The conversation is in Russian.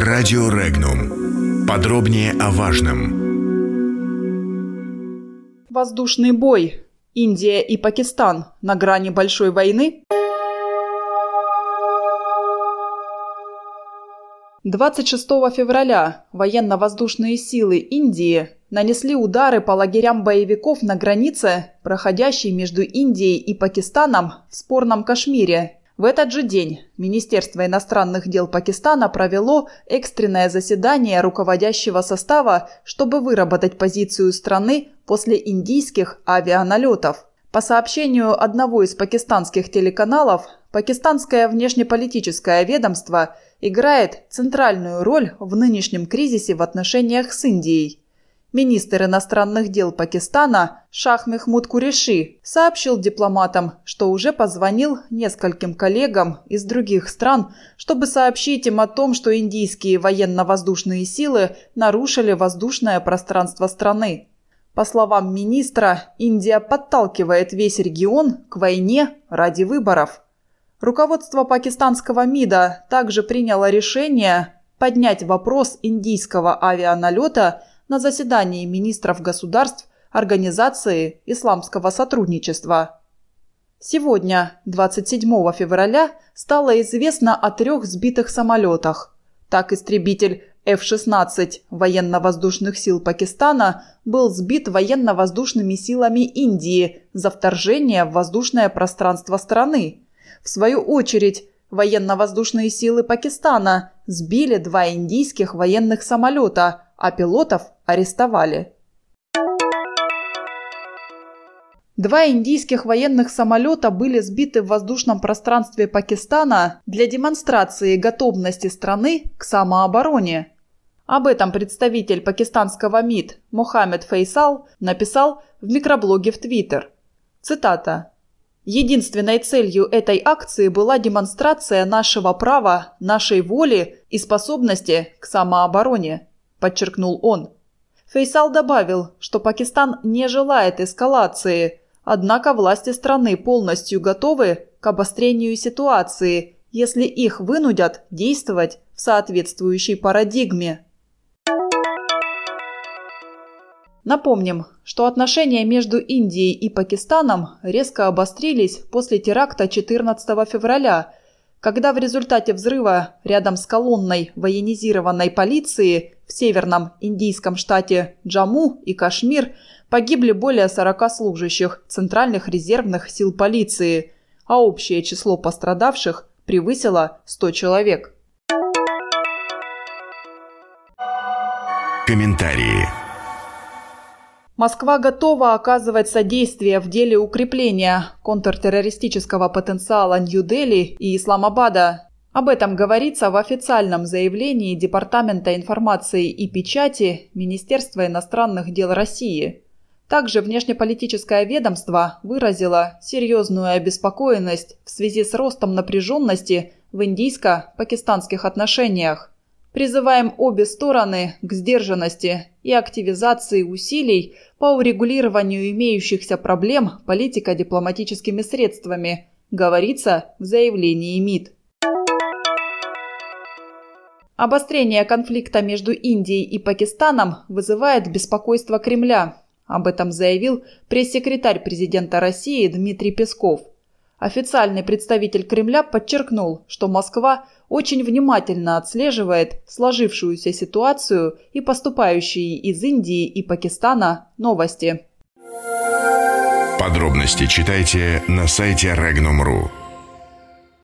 Радио Регнум. Подробнее о важном. Воздушный бой. Индия и Пакистан на грани большой войны. 26 февраля военно-воздушные силы Индии нанесли удары по лагерям боевиков на границе, проходящей между Индией и Пакистаном в спорном Кашмире. В этот же день Министерство иностранных дел Пакистана провело экстренное заседание руководящего состава, чтобы выработать позицию страны после индийских авианалетов. По сообщению одного из пакистанских телеканалов, пакистанское внешнеполитическое ведомство играет центральную роль в нынешнем кризисе в отношениях с Индией. Министр иностранных дел Пакистана Шах Мехмуд Курейши сообщил дипломатам, что уже позвонил нескольким коллегам из других стран, чтобы сообщить им о том, что индийские военно-воздушные силы нарушили воздушное пространство страны. По словам министра, Индия подталкивает весь регион к войне ради выборов. Руководство пакистанского МИДа также приняло решение поднять вопрос индийского авианалета на заседании министров государств Организации исламского сотрудничества. Сегодня, 27 февраля, стало известно о 3 сбитых самолетах. Так, истребитель F-16 военно-воздушных сил Пакистана был сбит военно-воздушными силами Индии за вторжение в воздушное пространство страны. В свою очередь, военно-воздушные силы Пакистана сбили 2 индийских военных самолета, а пилотов арестовали. 2 индийских военных самолета были сбиты в воздушном пространстве Пакистана для демонстрации готовности страны к самообороне. Об этом представитель пакистанского МИД Мохаммед Фейсал написал в микроблоге в Твиттер. Цитата. «Единственной целью этой акции была демонстрация нашего права, нашей воли и способности к самообороне», подчеркнул он. Фейсал добавил, что Пакистан не желает эскалации, однако власти страны полностью готовы к обострению ситуации, если их вынудят действовать в соответствующей парадигме. Напомним, что отношения между Индией и Пакистаном резко обострились после теракта 14 февраля, когда в результате взрыва рядом с колонной военизированной полиции в северном индийском штате Джамму и Кашмир погибли более 40 служащих Центральных резервных сил полиции, а общее число пострадавших превысило 100 человек. Комментарии. Москва готова оказывать содействие в деле укрепления контртеррористического потенциала Нью-Дели и Исламабада. Об этом говорится в официальном заявлении Департамента информации и печати Министерства иностранных дел России. Также внешнеполитическое ведомство выразило серьезную обеспокоенность в связи с ростом напряженности в индийско-пакистанских отношениях. Призываем обе стороны к сдержанности и активизации усилий по урегулированию имеющихся проблем политико-дипломатическими средствами, говорится в заявлении МИД. Обострение конфликта между Индией и Пакистаном вызывает беспокойство Кремля. Об этом заявил пресс-секретарь президента России Дмитрий Песков. Официальный представитель Кремля подчеркнул, что Москва очень внимательно отслеживает сложившуюся ситуацию и поступающие из Индии и Пакистана новости. Подробности читайте на сайте Regnum.ru.